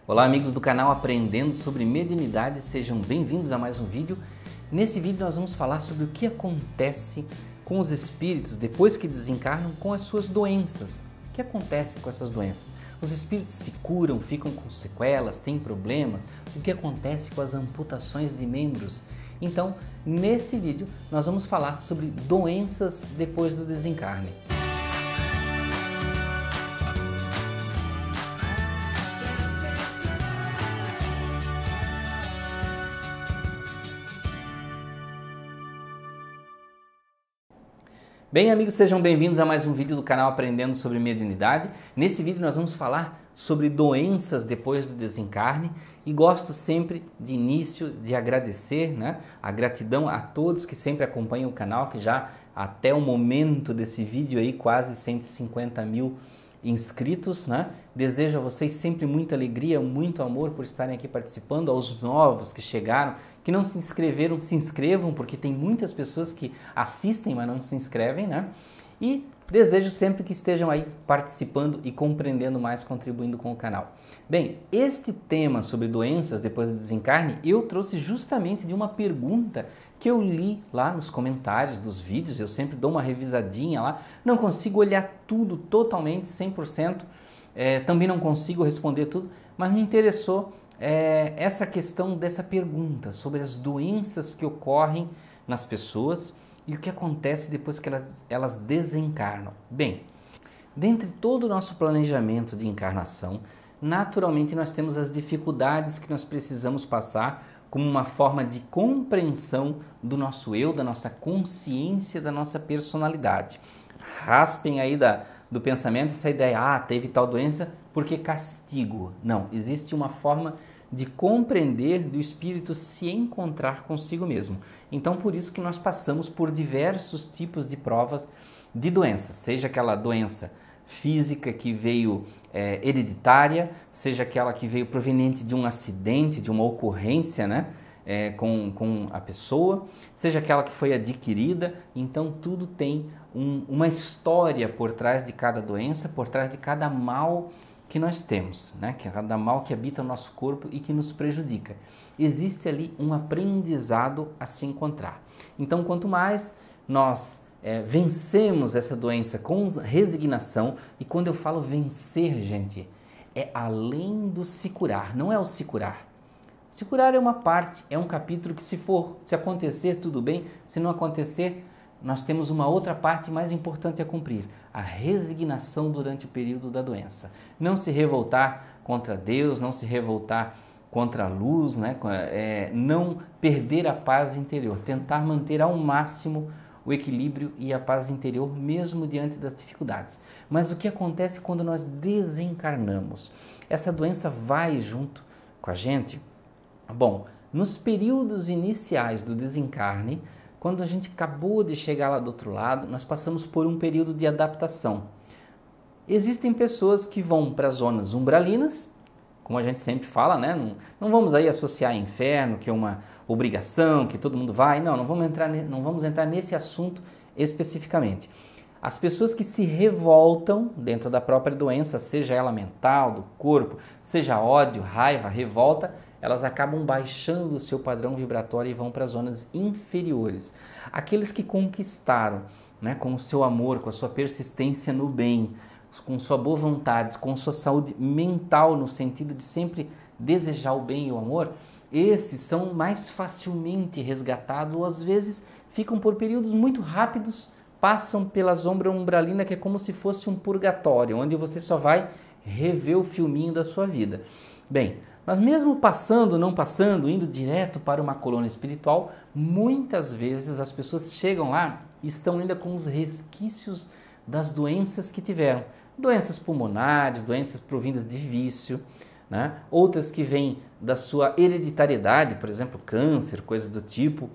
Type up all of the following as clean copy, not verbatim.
Olá amigos do canal Aprendendo sobre Mediunidade, sejam bem-vindos a mais um vídeo. Nesse vídeo nós vamos falar sobre o que acontece com os espíritos depois que desencarnam com as suas doenças. O que acontece com essas doenças? Os espíritos se curam, ficam com sequelas, têm problemas? O que acontece com as amputações de membros? Então, neste vídeo nós vamos falar sobre doenças depois do desencarne. Bem, amigos, sejam bem-vindos a mais um vídeo do canal Aprendendo sobre Mediunidade. Nesse vídeo nós vamos falar sobre doenças depois do desencarne e gosto sempre de início de agradecer, a gratidão a todos que sempre acompanham o canal, que já até o momento desse vídeo aí quase 150 mil inscritos, Desejo a vocês sempre muita alegria, muito amor por estarem aqui participando, aos novos que chegaram, que não se inscreveram, se inscrevam, porque tem muitas pessoas que assistem, mas não se inscrevem, E desejo sempre que estejam aí participando e compreendendo mais, contribuindo com o canal. Bem, este tema sobre doenças depois do desencarne, eu trouxe justamente de uma pergunta que eu li lá nos comentários dos vídeos, eu sempre dou uma revisadinha lá, não consigo olhar tudo totalmente, 100%, também não consigo responder tudo, mas me interessou essa questão dessa pergunta sobre as doenças que ocorrem nas pessoas e o que acontece depois que elas desencarnam. Bem, dentre todo o nosso planejamento de encarnação, naturalmente nós temos as dificuldades que nós precisamos passar como uma forma de compreensão do nosso eu, da nossa consciência, da nossa personalidade. Raspem aí do pensamento essa ideia, teve tal doença porque castigo. Não, existe uma forma de compreender do espírito se encontrar consigo mesmo. Então, por isso que nós passamos por diversos tipos de provas de doenças, seja aquela doença física que veio hereditária, seja aquela que veio proveniente de um acidente, de uma ocorrência, com a pessoa, seja aquela que foi adquirida. Então tudo tem uma história por trás de cada doença, por trás de cada mal que nós temos, cada mal que habita o nosso corpo e que nos prejudica. Existe ali um aprendizado a se encontrar. Então quanto mais nós vencemos essa doença com resignação, e quando eu falo vencer, gente, é além do se curar, não é o se curar. Se curar é uma parte, é um capítulo que se acontecer, tudo bem, se não acontecer, nós temos uma outra parte mais importante a cumprir, a resignação durante o período da doença. Não se revoltar contra Deus, não se revoltar contra a luz, não perder a paz interior, tentar manter ao máximo o equilíbrio e a paz interior, mesmo diante das dificuldades. Mas o que acontece quando nós desencarnamos? Essa doença vai junto com a gente? Bom, nos períodos iniciais do desencarne, quando a gente acabou de chegar lá do outro lado, nós passamos por um período de adaptação. Existem pessoas que vão para as zonas umbralinas, como a gente sempre fala, Não vamos aí associar inferno, que é uma obrigação, que todo mundo vai. Não vamos entrar nesse assunto especificamente. As pessoas que se revoltam dentro da própria doença, seja ela mental, do corpo, seja ódio, raiva, revolta, elas acabam baixando o seu padrão vibratório e vão para as zonas inferiores. Aqueles que conquistaram, com o seu amor, com a sua persistência no bem, com sua boa vontade, com sua saúde mental, no sentido de sempre desejar o bem e o amor, esses são mais facilmente resgatados, ou às vezes ficam por períodos muito rápidos, passam pela sombra umbralina, que é como se fosse um purgatório, onde você só vai rever o filminho da sua vida. Bem, mas mesmo passando, não passando, indo direto para uma colônia espiritual, muitas vezes as pessoas chegam lá e estão ainda com os resquícios das doenças que tiveram. Doenças pulmonares, doenças provindas de vício, outras que vêm da sua hereditariedade, por exemplo, câncer, coisas do tipo.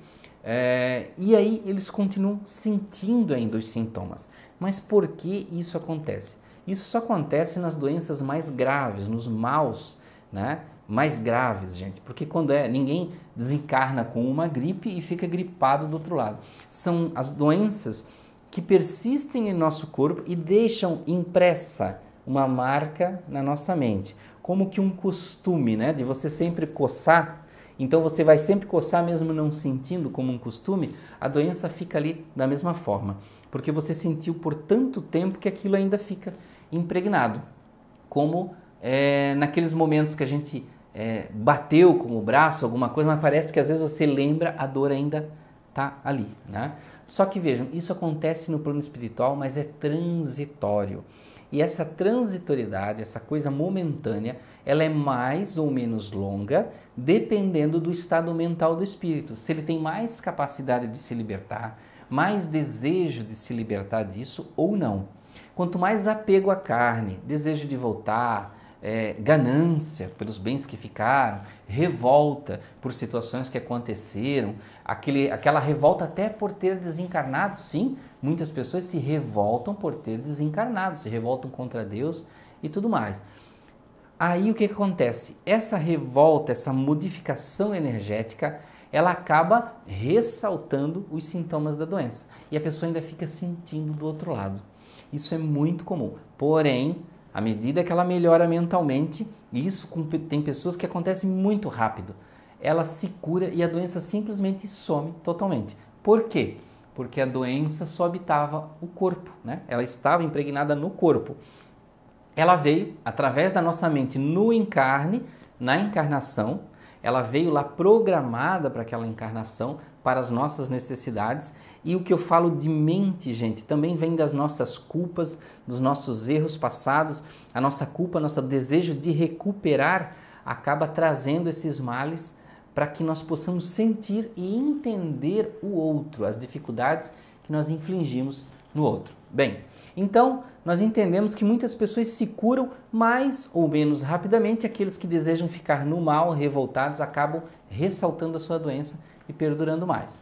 E aí eles continuam sentindo ainda os sintomas. Mas por que isso acontece? Isso só acontece nas doenças mais graves, nos maus, mais graves, gente, porque ninguém desencarna com uma gripe e fica gripado do outro lado. São as doenças que persistem em nosso corpo e deixam impressa uma marca na nossa mente, como que um costume, né, de você sempre coçar. Então você vai sempre coçar mesmo não sentindo como um costume, a doença fica ali da mesma forma, porque você sentiu por tanto tempo que aquilo ainda fica impregnado, como naqueles momentos que a gente bateu com o braço, alguma coisa, mas parece que às vezes você lembra, a dor ainda está ali, né? Só que vejam, isso acontece no plano espiritual, mas é transitório. E essa transitoriedade, essa coisa momentânea, ela é mais ou menos longa, dependendo do estado mental do espírito. Se ele tem mais capacidade de se libertar, mais desejo de se libertar disso ou não. Quanto mais apego à carne, desejo de voltar, ganância pelos bens que ficaram, revolta por situações que aconteceram, aquela revolta até por ter desencarnado, sim, muitas pessoas se revoltam por ter desencarnado, se revoltam contra Deus e tudo mais. Aí o que acontece? Essa revolta, essa modificação energética, ela acaba ressaltando os sintomas da doença e a pessoa ainda fica sentindo do outro lado. Isso é muito comum, porém, à medida que ela melhora mentalmente, isso tem pessoas que acontece muito rápido, ela se cura e a doença simplesmente some totalmente. Por quê? Porque a doença só habitava o corpo, né? Ela estava impregnada no corpo. Ela veio através da nossa mente no encarne, na encarnação, ela veio lá programada para aquela encarnação, para as nossas necessidades. E o que eu falo de mente, gente, também vem das nossas culpas, dos nossos erros passados. A nossa culpa, nosso desejo de recuperar acaba trazendo esses males para que nós possamos sentir e entender o outro, as dificuldades que nós infligimos no outro. Bem, então nós entendemos que muitas pessoas se curam mais ou menos rapidamente. Aqueles que desejam ficar no mal, revoltados, acabam ressaltando a sua doença e perdurando mais.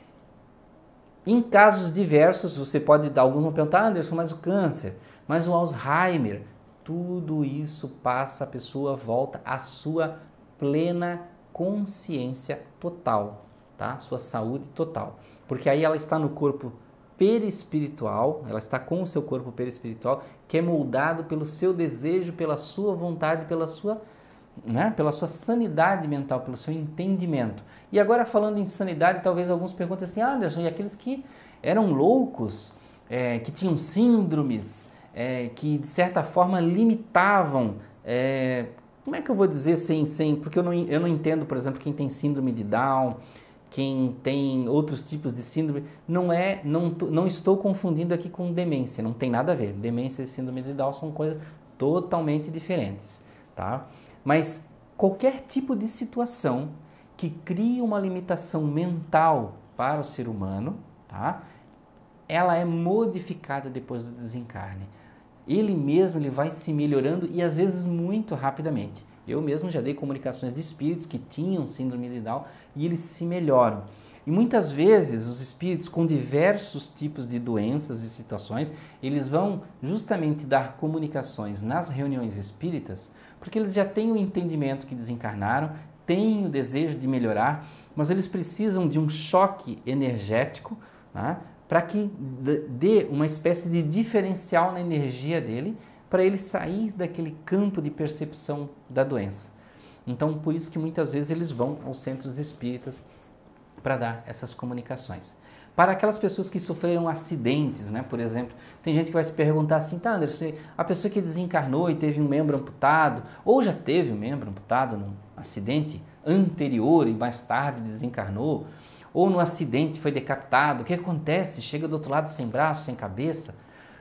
Em casos diversos, você pode dar, alguns vão perguntar, Anderson, mas o câncer, mas o Alzheimer, tudo isso passa, a pessoa volta à sua plena consciência total, tá? Sua saúde total. Porque aí ela está no corpo perispiritual, ela está com o seu corpo perispiritual, que é moldado pelo seu desejo, pela sua vontade, pela sua sanidade mental, pelo seu entendimento. E agora, falando em sanidade, talvez alguns perguntem assim, Anderson, e aqueles que eram loucos, que tinham síndromes, que de certa forma limitavam, como é que eu vou dizer porque eu não entendo, por exemplo, quem tem síndrome de Down, quem tem outros tipos de síndrome, não estou confundindo aqui com demência, não tem nada a ver. Demência e síndrome de Down são coisas totalmente diferentes, tá? Mas qualquer tipo de situação que crie uma limitação mental para o ser humano, tá? Ela é modificada depois do desencarne. Ele vai se melhorando e às vezes muito rapidamente. Eu mesmo já dei comunicações de espíritos que tinham síndrome de Down e eles se melhoram. E muitas vezes os espíritos com diversos tipos de doenças e situações, eles vão justamente dar comunicações nas reuniões espíritas, porque eles já têm o entendimento que desencarnaram, têm o desejo de melhorar, mas eles precisam de um choque energético, né, para que dê uma espécie de diferencial na energia dele, para ele sair daquele campo de percepção da doença. Então, por isso que muitas vezes eles vão aos centros espíritas para dar essas comunicações. Para aquelas pessoas que sofreram acidentes, né? Por exemplo, tem gente que vai se perguntar assim, tá, Anderson, a pessoa que desencarnou e teve um membro amputado, ou já teve um membro amputado num acidente anterior e mais tarde desencarnou, ou no acidente foi decapitado, o que acontece? Chega do outro lado sem braço, sem cabeça?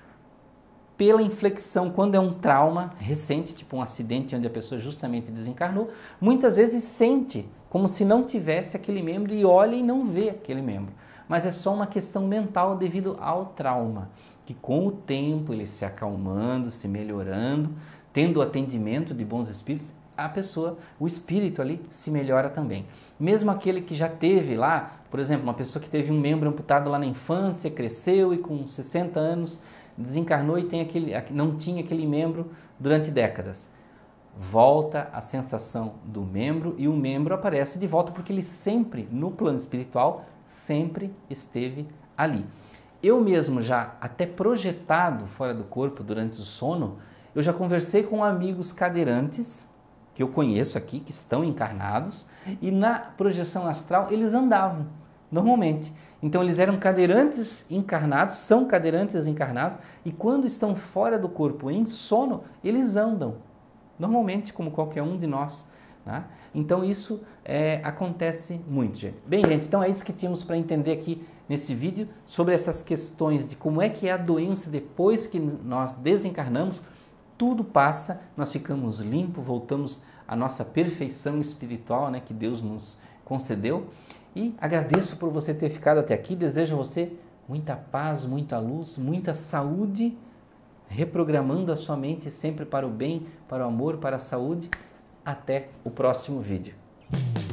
Pela inflexão, quando é um trauma recente, tipo um acidente onde a pessoa justamente desencarnou, muitas vezes sente como se não tivesse aquele membro e olha e não vê aquele membro. Mas é só uma questão mental devido ao trauma, que com o tempo ele se acalmando, se melhorando, tendo o atendimento de bons espíritos, a pessoa, o espírito ali se melhora também. Mesmo aquele que já teve lá, por exemplo, uma pessoa que teve um membro amputado lá na infância, cresceu e com 60 anos desencarnou e não tinha aquele membro durante décadas. Volta a sensação do membro e o membro aparece de volta porque ele sempre, no plano espiritual, sempre esteve ali. Eu mesmo já, até projetado fora do corpo durante o sono, Eu já conversei com amigos cadeirantes, que eu conheço aqui, que estão encarnados, e na projeção astral eles andavam, normalmente. Então eles eram cadeirantes encarnados, são cadeirantes encarnados, e quando estão fora do corpo em sono, eles andam, normalmente como qualquer um de nós. Tá? Então isso acontece muito, gente. Bem, gente, então é isso que tínhamos para entender aqui nesse vídeo sobre essas questões de como é que é a doença depois que nós desencarnamos. Tudo passa, nós ficamos limpos, voltamos à nossa perfeição espiritual, né, que Deus nos concedeu. E agradeço por você ter ficado até aqui, desejo a você muita paz, muita luz, muita saúde, reprogramando a sua mente sempre para o bem, para o amor, para a saúde. Até o próximo vídeo.